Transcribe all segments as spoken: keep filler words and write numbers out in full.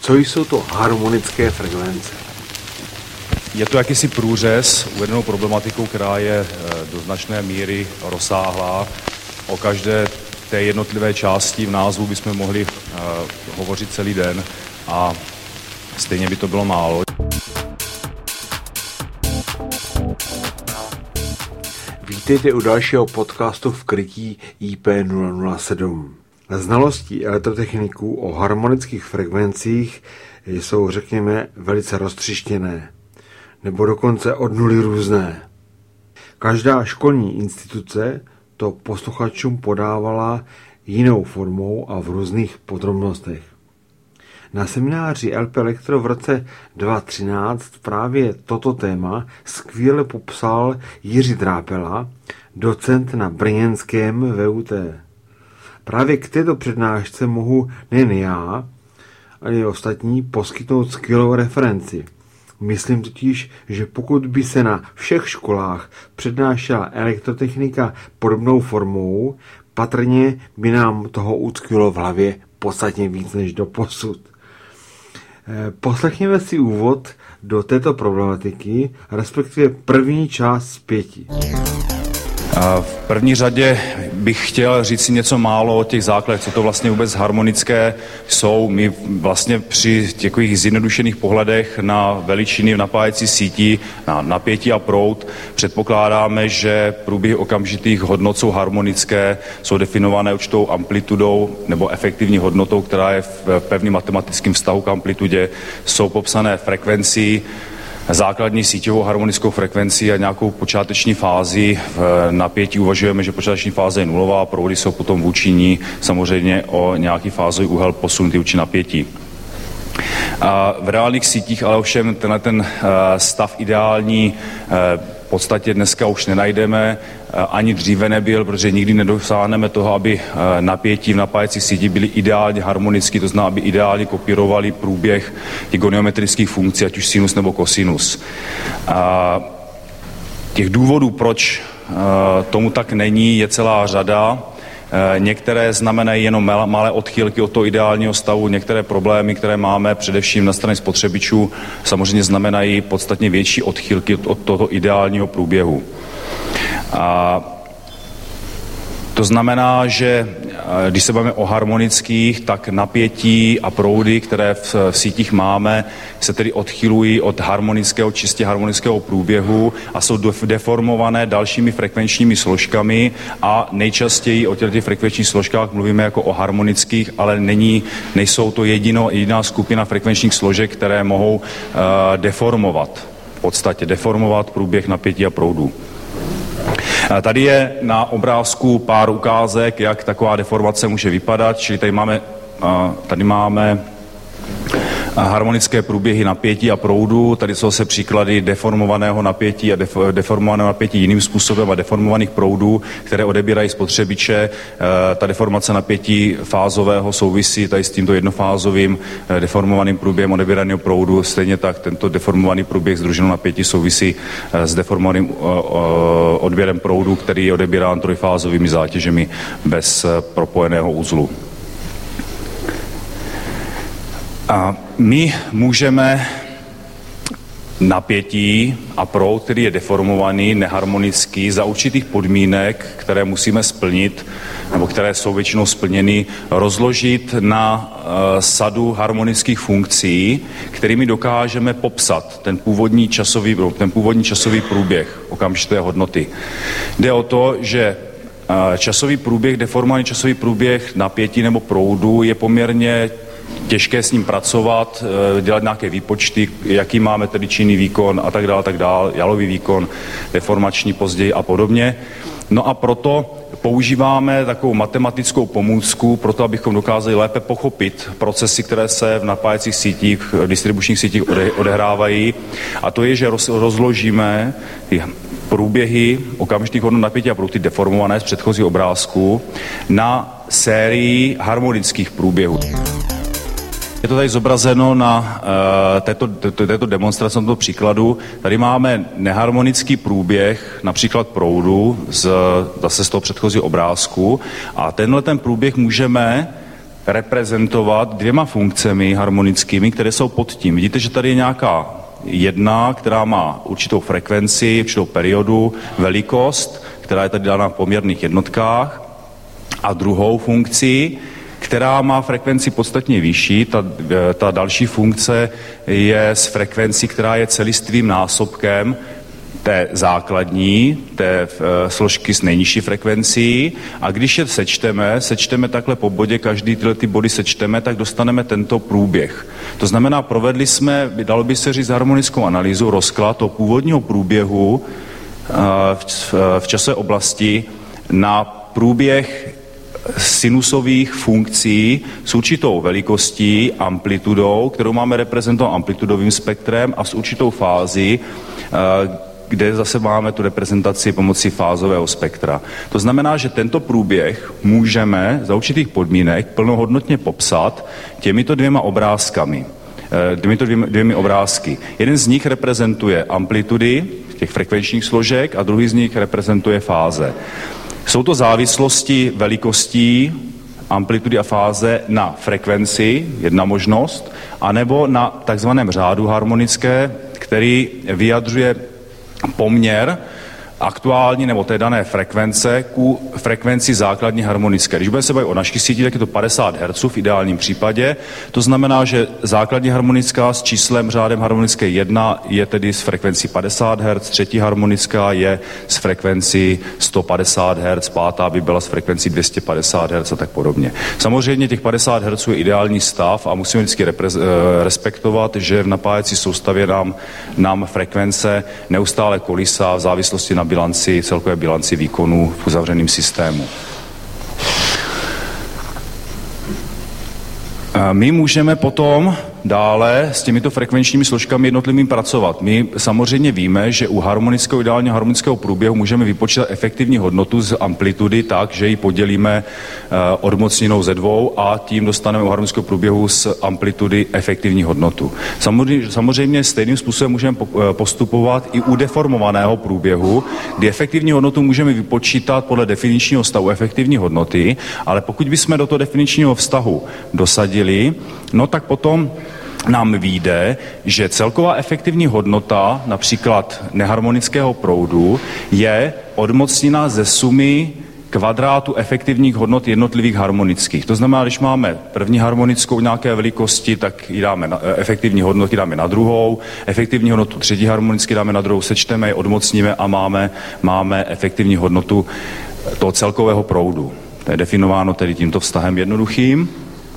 Co jsou to harmonické frekvence? Je to jakýsi průřez uvedenou problematikou, která je do značné míry rozsáhlá. O každé té jednotlivé části v názvu bychom mohli uh, hovořit celý den a stejně by to bylo málo. Vítejte u dalšího podcastu v krytí I P nula nula sedm. Znalosti elektrotechniků o harmonických frekvencích jsou, řekněme, velice roztřištěné, nebo dokonce od nuly různé. Každá školní instituce to posluchačům podávala jinou formou a v různých podrobnostech. Na semináři L P Elektro v roce dva tisíce třináct právě toto téma skvěle popsal Jiří Drápela, docent na brněnském V U T. Právě k této přednášce mohu nejen já, ale i ostatní poskytnout skvělou referenci. Myslím totiž, že pokud by se na všech školách přednášela elektrotechnika podobnou formou, patrně by nám toho utkvělo v hlavě podstatně víc než doposud. Poslechněme si úvod do této problematiky, respektive první část z pěti. V první řadě bych chtěl říct si něco málo o těch základech, co to vlastně vůbec harmonické jsou. My vlastně při takových zjednodušených pohledech na veličiny v napájecí síti, na napětí a proud, předpokládáme, že průběhy okamžitých hodnot jsou harmonické, jsou definované určitou amplitudou nebo efektivní hodnotou, která je v pevným matematickém vztahu k amplitudě, jsou popsané frekvencí, základní síťovou harmonickou frekvenci a nějakou počáteční fázi. V napětí uvažujeme, že počáteční fáze je nulová, proudy jsou potom vůči ní samozřejmě o nějaký fázový úhel posunutý vůči napětí. A v reálných sítích ale ovšem tenhle ten stav ideální v podstatě dneska už nenajdeme, ani dříve nebyl, protože nikdy nedosáhneme toho, aby napětí v napájecí síti byly ideálně harmonicky, to znamená, aby ideálně kopírovali průběh těch goniometrických funkcí, ať už sinus nebo kosinus. A těch důvodů, proč tomu tak není, je celá řada. Některé znamenají jenom malé odchylky od toho ideálního stavu, některé problémy, které máme především na straně spotřebičů, samozřejmě znamenají podstatně větší odchylky od toho ideálního průběhu. A to znamená, že když se bavíme o harmonických, tak napětí a proudy, které v, v sítích máme, se tedy odchylují od harmonického, čistě harmonického průběhu a jsou deformované dalšími frekvenčními složkami a nejčastěji o těch frekvenčních složkách mluvíme jako o harmonických, ale není, nejsou to jedino, jediná skupina frekvenčních složek, které mohou uh, deformovat, v podstatě deformovat průběh napětí a proudů. Tady je na obrázku pár ukázek, jak taková deformace může vypadat, čili tady máme, tady máme harmonické průběhy napětí a proudu, tady jsou se příklady deformovaného napětí a deformovaného napětí jiným způsobem a deformovaných proudů, které odebírají spotřebiče. Ta deformace napětí fázového souvisí tady s tímto jednofázovým deformovaným průběhem odebíraného proudu. Stejně tak tento deformovaný průběh s družinou napětí souvisí s deformovaným odběrem proudu, který je odebírán trojfázovými zátěžemi bez propojeného uzlu. A my můžeme napětí a proud, který je deformovaný, neharmonický, za určitých podmínek, které musíme splnit, nebo které jsou většinou splněny, rozložit na uh, sadu harmonických funkcí, kterými dokážeme popsat ten původní časový, ten původní časový průběh okamžité hodnoty. Jde o to, že uh, časový průběh, deformovaný časový průběh napětí nebo proudu je poměrně těžké s ním pracovat, dělat nějaké výpočty, jaký máme tedy činný výkon a tak dále, tak dále, jalový výkon, deformační později a podobně. No a proto používáme takovou matematickou pomůcku, proto abychom dokázali lépe pochopit procesy, které se v napájecích sítích, v distribučních sítích odehrávají. A to je, že rozložíme ty průběhy okamžitých hodnot napětí a proudu, ty deformované z předchozí obrázku, na sérii harmonických průběhů. Je to tady zobrazeno na uh, této, této demonstraci, na tomto příkladu. Tady máme neharmonický průběh, například proudu, z, zase z toho předchozího obrázku. A tenhle ten průběh můžeme reprezentovat dvěma funkcemi harmonickými, které jsou pod tím. Vidíte, že tady je nějaká jedna, která má určitou frekvenci, určitou periodu, velikost, která je tady dána v poměrných jednotkách, a druhou funkci, která má frekvenci podstatně vyšší. Ta, ta další funkce je s frekvencí, která je celistvým násobkem té základní, té složky s nejnižší frekvencí, a když je sečteme, sečteme takhle po bodě, každý tyhle ty body sečteme, tak dostaneme tento průběh. To znamená, provedli jsme, dalo by se říct, harmonickou analýzu, rozklad toho původního průběhu v, v časové oblasti na průběh sinusových funkcí s určitou velikostí, amplitudou, kterou máme reprezentovat amplitudovým spektrem, a s určitou fází, kde zase máme tu reprezentaci pomocí fázového spektra. To znamená, že tento průběh můžeme za určitých podmínek plnohodnotně popsat těmito dvěma obrázkami. Těmito dvěmi, dvěmi obrázky. Jeden z nich reprezentuje amplitudy těch frekvenčních složek a druhý z nich reprezentuje fáze. Jsou to závislosti velikostí, amplitudy a fáze na frekvenci, jedna možnost, anebo na takzvaném řádu harmonické, který vyjadřuje poměr aktuální nebo té dané frekvence ku frekvenci základní harmonické. Když budeme se bavit o naší síti, tak je to padesát hertzů v ideálním případě. To znamená, že základní harmonická s číslem řádem harmonické jedna je tedy s frekvencí padesát hertzů, třetí harmonická je s frekvencí sto padesát hertzů, pátá by byla s frekvencí dvě stě padesát hertzů a tak podobně. Samozřejmě těch padesát hertzů je ideální stav a musíme vždycky repre- respektovat, že v napájecí soustavě nám, nám frekvence neustále kolísá v závislosti na bilanci, celkové bilanci výkonu v uzavřeném systému. My můžeme potom dále s těmito frekvenčními složkami jednotlivým pracovat. My samozřejmě víme, že u harmonického, ideálně harmonického průběhu můžeme vypočítat efektivní hodnotu z amplitudy tak, že ji podělíme odmocninou ze dvou a tím dostaneme u harmonického průběhu z amplitudy efektivní hodnotu. Samozřejmě, samozřejmě stejným způsobem můžeme postupovat i u deformovaného průběhu, kdy efektivní hodnotu můžeme vypočítat podle definičního stavu efektivní hodnoty, ale pokud bychom do toho definičního vztahu dosadili, no tak potom nám vyjde, že celková efektivní hodnota například neharmonického proudu je odmocněna ze sumy kvadrátu efektivních hodnot jednotlivých harmonických. To znamená, když máme první harmonickou nějaké velikosti, tak ji dáme na, efektivní hodnoty dáme na druhou, efektivní hodnotu třetí harmonicky dáme na druhou, sečteme ji, odmocníme a máme, máme efektivní hodnotu toho celkového proudu. To je definováno tedy tímto vztahem jednoduchým.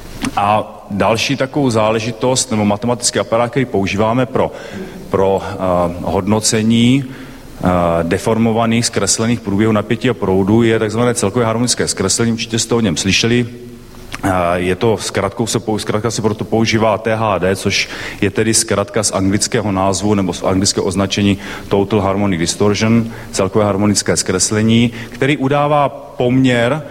A další takovou záležitost nebo matematický aparát, který používáme pro, pro uh, hodnocení uh, deformovaných, zkreslených průběhů napětí a proudu, je takzvané celkové harmonické zkreslení. Určitě jste o něm slyšeli. Uh, je to, zkratkou se, zkratka se proto používá T H D, což je tedy zkratka z anglického názvu nebo z anglického označení Total Harmonic Distortion, celkové harmonické zkreslení, který udává poměr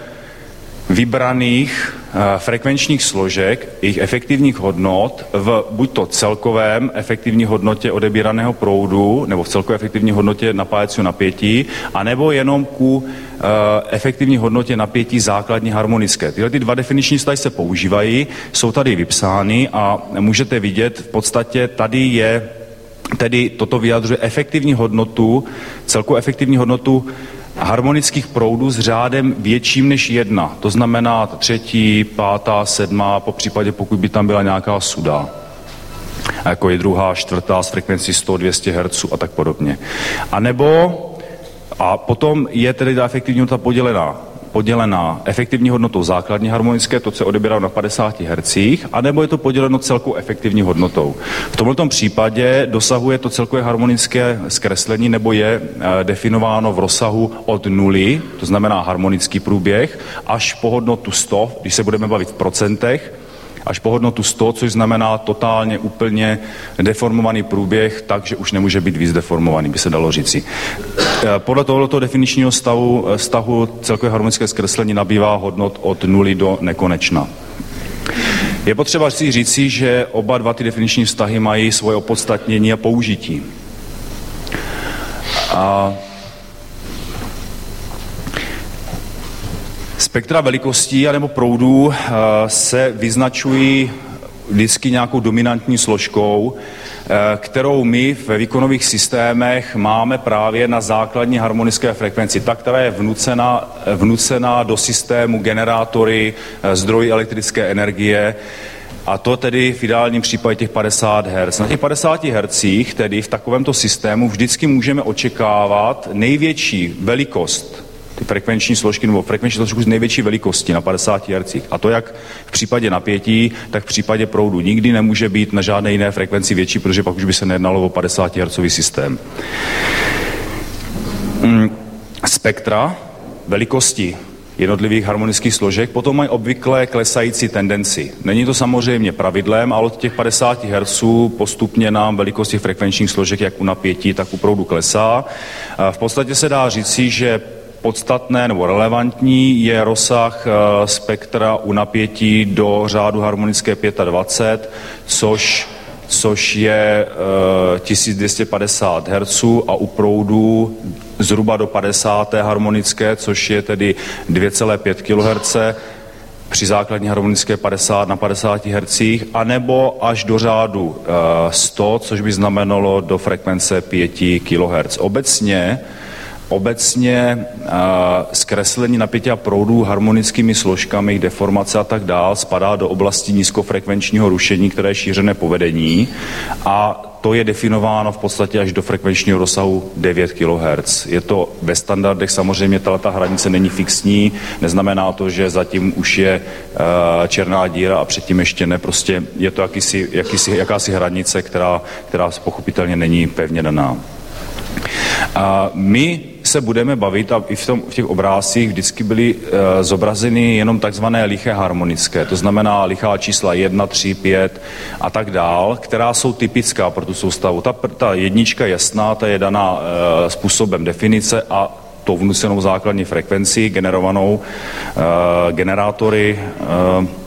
vybraných uh, frekvenčních složek, jejich efektivních hodnot v buď to celkovém efektivní hodnotě odebíraného proudu, nebo v celkové efektivní hodnotě napájecího napětí, anebo jenom ku uh, efektivní hodnotě napětí základní harmonické. Tyhle ty dva definiční vztahy se používají, jsou tady vypsány a můžete vidět, v podstatě tady je, tedy toto vyjadřuje efektivní hodnotu, celkovou efektivní hodnotu harmonických proudů s řádem větším než jedna. To znamená třetí, pátá, sedmá, po případě pokud by tam byla nějaká suda. Jako je druhá, čtvrtá s frekvencí sto, dvě stě hertzů a tak podobně. A nebo, a potom je tedy ta efektivní hodnota podělená. podělená efektivní hodnotou základní harmonické, to se odebírá na padesáti hertzích, anebo je to poděleno celkou efektivní hodnotou. V tomto případě dosahuje to celkové harmonické zkreslení nebo je e, definováno v rozsahu od nuly, to znamená harmonický průběh, až po hodnotu sto, když se budeme bavit v procentech, až po hodnotu sto, což znamená totálně úplně deformovaný průběh, takže už nemůže být víc deformovaný, by se dalo říci. Podle tohoto definičního stavu, stavu celkové harmonické zkreslení nabývá hodnot od nuly do nekonečna. Je potřeba si říci, že oba dva ty definiční vztahy mají svoje opodstatnění a použití. A Spektra velikostí anebo proudů se vyznačují vždycky nějakou dominantní složkou, kterou my ve výkonových systémech máme právě na základní harmonické frekvenci. Ta, která je vnucena, vnucena do systému generátory, zdroji elektrické energie, a to tedy v ideálním případě těch padesát hertzů. Na těch padesáti hertzích, tedy v takovémto systému, vždycky můžeme očekávat největší velikost ty frekvenční složky nebo frekvenční složku z největší velikosti na padesáti hertzích. A to jak v případě napětí, tak v případě proudu. Nikdy nemůže být na žádné jiné frekvenci větší, protože pak už by se nejednalo o padesátihertzový systém. Spektra velikosti jednotlivých harmonických složek potom mají obvykle klesající tendenci. Není to samozřejmě pravidlem, ale od těch padesáti hertzů postupně nám velikost těch frekvenčních složek jak u napětí, tak u proudu klesá. V podstatě se dá říci, že podstatné nebo relevantní je rozsah spektra u napětí do řádu harmonické dvacet pět, což, což je tisíc dvě stě padesát hertzů a u proudu zhruba do padesáté harmonické, což je tedy dvě celé pět kilohertzu při základní harmonické padesát na padesáti hertzích, anebo až do řádu sto, což by znamenalo do frekvence pět kilohertzů. Obecně Obecně uh, zkreslení napětí a proudů harmonickými složkami, deformace a tak dál spadá do oblasti nízkofrekvenčního rušení, které je šířené povedení, a to je definováno v podstatě až do frekvenčního rozsahu devět kilohertzů. Je to ve standardech, samozřejmě tato hranice není fixní, neznamená to, že zatím už je uh, černá díra a předtím ještě ne, prostě je to jakýsi, jakýsi, jakási hranice, která, která pochopitelně není pevně daná. A my se budeme bavit, a i v, tom, v těch obrázcích vždycky byly e, zobrazeny jenom takzvané liché harmonické, to znamená lichá čísla jedna, tři, pět a tak dál, která jsou typická pro tu soustavu. Ta, ta jednička jasná, ta je daná e, způsobem definice a tou vnucenou základní frekvenci generovanou e, generátory. E,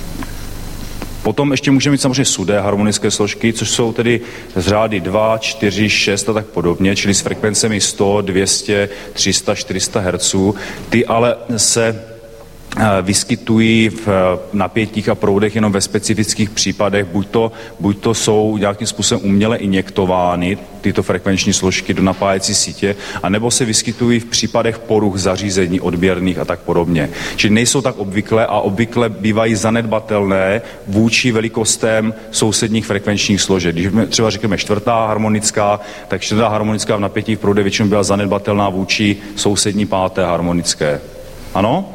Potom ještě můžeme mít samozřejmě sudé harmonické složky, což jsou tedy z řády dva, čtyři, šest a tak podobně, čili s frekvencemi sto, dvě stě, tři sta, čtyři sta hertzů. Ty ale se vyskytují v napětích a proudech jenom ve specifických případech, buď to, buď to jsou nějakým způsobem uměle injektovány tyto frekvenční složky do napájecí sítě, anebo se vyskytují v případech poruch zařízení odběrných a tak podobně. Čili nejsou tak obvyklé a obvykle bývají zanedbatelné vůči velikostem sousedních frekvenčních složek. Když třeba řekneme čtvrtá harmonická, tak čtvrtá harmonická v napětí v proudu většinou byla zanedbatelná vůči sousední páté harmonické. Ano?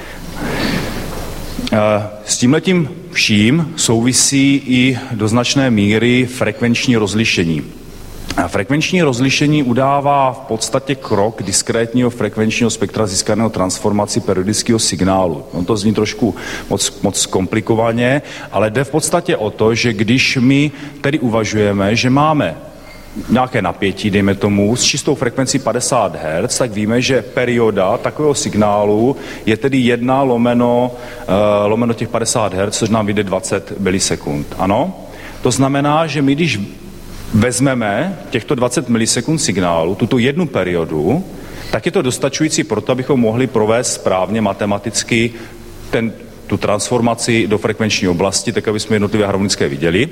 S tímhletím vším souvisí i do značné míry frekvenční rozlišení. Frekvenční rozlišení udává v podstatě krok diskrétního frekvenčního spektra získaného transformací periodického signálu. No to zní trošku moc, moc komplikovaně, ale jde v podstatě o to, že když my tedy uvažujeme, že máme nějaké napětí, dejme tomu, s čistou frekvencí padesát hertzů, tak víme, že perioda takového signálu je tedy jedna lomeno, uh, lomeno těch padesát hertzů, což nám vyjde dvacet milisekund. Ano? To znamená, že my když vezmeme těchto dvacet milisekund signálu, tuto jednu periodu, tak je to dostačující proto, abychom mohli provést správně matematicky ten, tu transformaci do frekvenční oblasti, tak aby jsme jednotlivé harmonické viděli.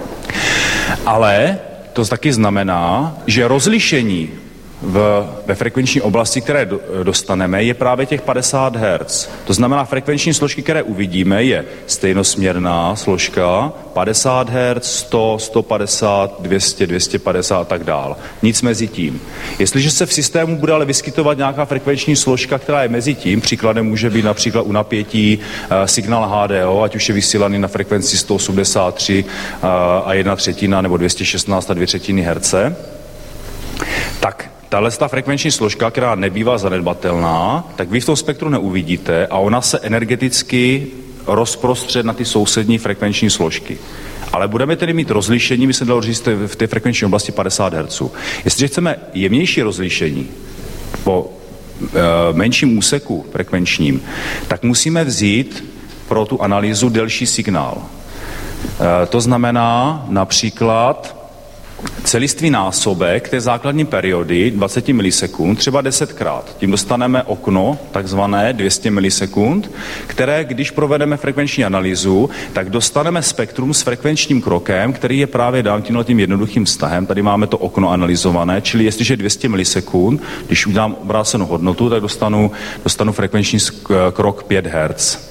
Ale to taky znamená, že rozlišení v, ve frekvenční oblasti, které do, dostaneme, je právě těch padesát hertzů. To znamená, frekvenční složky, které uvidíme, je stejnosměrná složka, padesát hertzů, sto, sto padesát, dvě stě, dvě stě padesát a tak dál. Nic mezi tím. Jestliže se v systému bude ale vyskytovat nějaká frekvenční složka, která je mezi tím, příkladem může být například u napětí uh, signál H D O, ať už je vysílaný na frekvenci sto osmdesát tři uh, a jedna třetina nebo dvě stě šestnáct a dvě třetiny herce, tak tahle ta frekvenční složka, která nebývá zanedbatelná, tak vy v tom spektru neuvidíte a ona se energeticky rozprostře na ty sousední frekvenční složky. Ale budeme tedy mít rozlišení, my se dalo říct v té frekvenční oblasti padesát hertzů. Jestliže chceme jemnější rozlišení po e, menším úseku frekvenčním, tak musíme vzít pro tu analýzu delší signál. E, to znamená například celistvý násobek té základní periody dvacet milisekund, třeba desetkrát. Tím dostaneme okno, takzvané dvě stě milisekund, které, když provedeme frekvenční analýzu, tak dostaneme spektrum s frekvenčním krokem, který je právě dán tímhletím jednoduchým vztahem. Tady máme to okno analyzované, čili jestliže dvě stě milisekund, když udělám obrácenou hodnotu, tak dostanu, dostanu frekvenční krok pět hertz.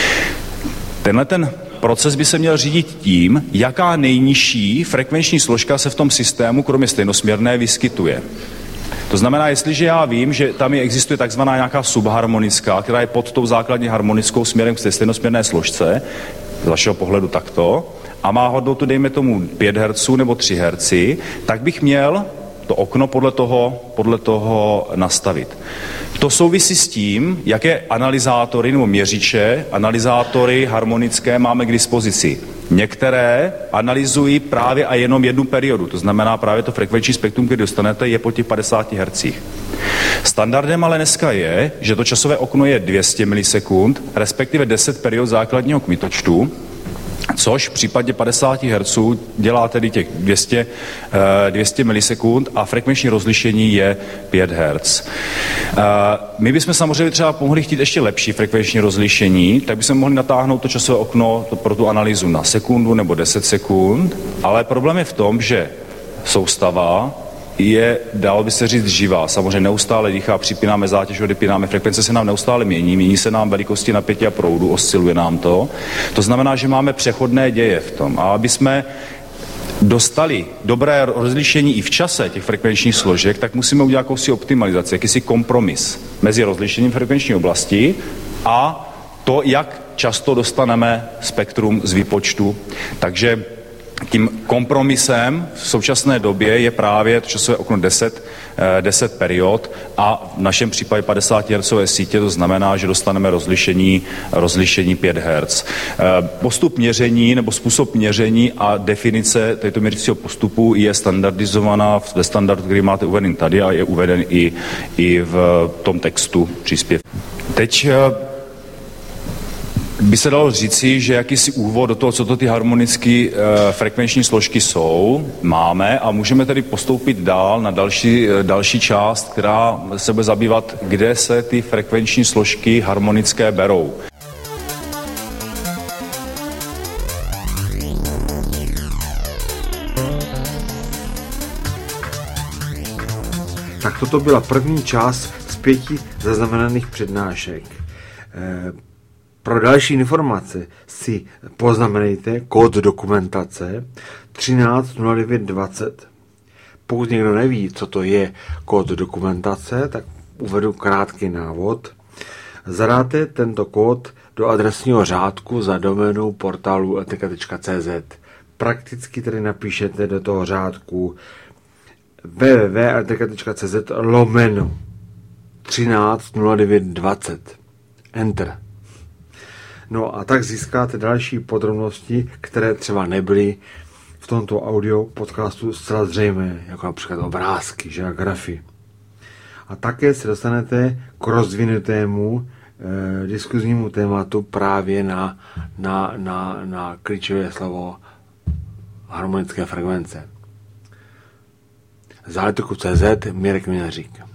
Tenhle ten proces by se měl řídit tím, jaká nejnižší frekvenční složka se v tom systému, kromě stejnosměrné, vyskytuje. To znamená, jestliže já vím, že tam je, existuje takzvaná nějaká subharmonická, která je pod tou základní harmonickou směrem k té stejnosměrné složce, z vašeho pohledu takto, a má hodnotu, dejme tomu, pět hertzů nebo tři hertzy, tak bych měl to okno podle toho, podle toho nastavit. To souvisí s tím, jaké analyzátory nebo měřiče, analyzátory harmonické máme k dispozici. Některé analyzují právě a jenom jednu periodu, to znamená právě to frekvenční spektrum, který dostanete, je po těch padesáti hertzích. Standardem ale dneska je, že to časové okno je dvě stě milisekund, respektive deset period základního kmitočtu, což v případě padesáti hertzů dělá tedy těch dvě stě, dvě stě milisekund a frekvenční rozlišení je pět hertz. My bychom samozřejmě třeba mohli chtít ještě lepší frekvenční rozlišení, tak bychom mohli natáhnout to časové okno pro tu analýzu na sekundu nebo deset sekund, ale problém je v tom, že soustava je, dalo by se říct, živá. Samozřejmě neustále dýchá, připínáme zátěž, odepínáme, frekvence se nám neustále mění, mění se nám velikosti napětí a proudu, osciluje nám to. To znamená, že máme přechodné děje v tom. A aby jsme dostali dobré rozlišení i v čase těch frekvenčních složek, tak musíme udělat jakousi optimalizaci, jakýsi kompromis mezi rozlišením frekvenční oblasti a to, jak často dostaneme spektrum z výpočtu. Takže tím kompromisem v současné době je právě to časové okno deset, deset period a v našem případě padesát hertzové sítě, to znamená, že dostaneme rozlišení, rozlišení pět hertz. Postup měření nebo způsob měření a definice této měřícího postupu je standardizovaná ve standardu, který máte uveden tady a je uveden i, i v tom textu příspěvku. Teď by se dalo říci, že jakýsi úvod do toho, co to ty harmonické e, frekvenční složky jsou, máme a můžeme tedy postoupit dál na další, e, další část, která se bude zabývat, kde se ty frekvenční složky harmonické berou. Tak toto byla první část z pěti zaznamenaných přednášek. E, Pro další informace si poznamenejte kód dokumentace třináct nula devět dvacet. Pokud někdo neví, co to je kód dokumentace, tak uvedu krátký návod. Zadáte tento kód do adresního řádku za doménou portálu etika tečka cé zet. Prakticky tedy napíšete do toho řádku w w w tečka etika tečka cé zet lomeno třináct nula devět dvacet. Enter. No a tak získáte další podrobnosti, které třeba nebyly v tomto audio podcastu zcela zřejmé, jako například obrázky, že a grafy. A také se dostanete k rozvinutému eh, diskuznímu tématu právě na, na, na, na klíčové slovo harmonické frekvence. Záletok tečka cé zet, Mirek Minařík.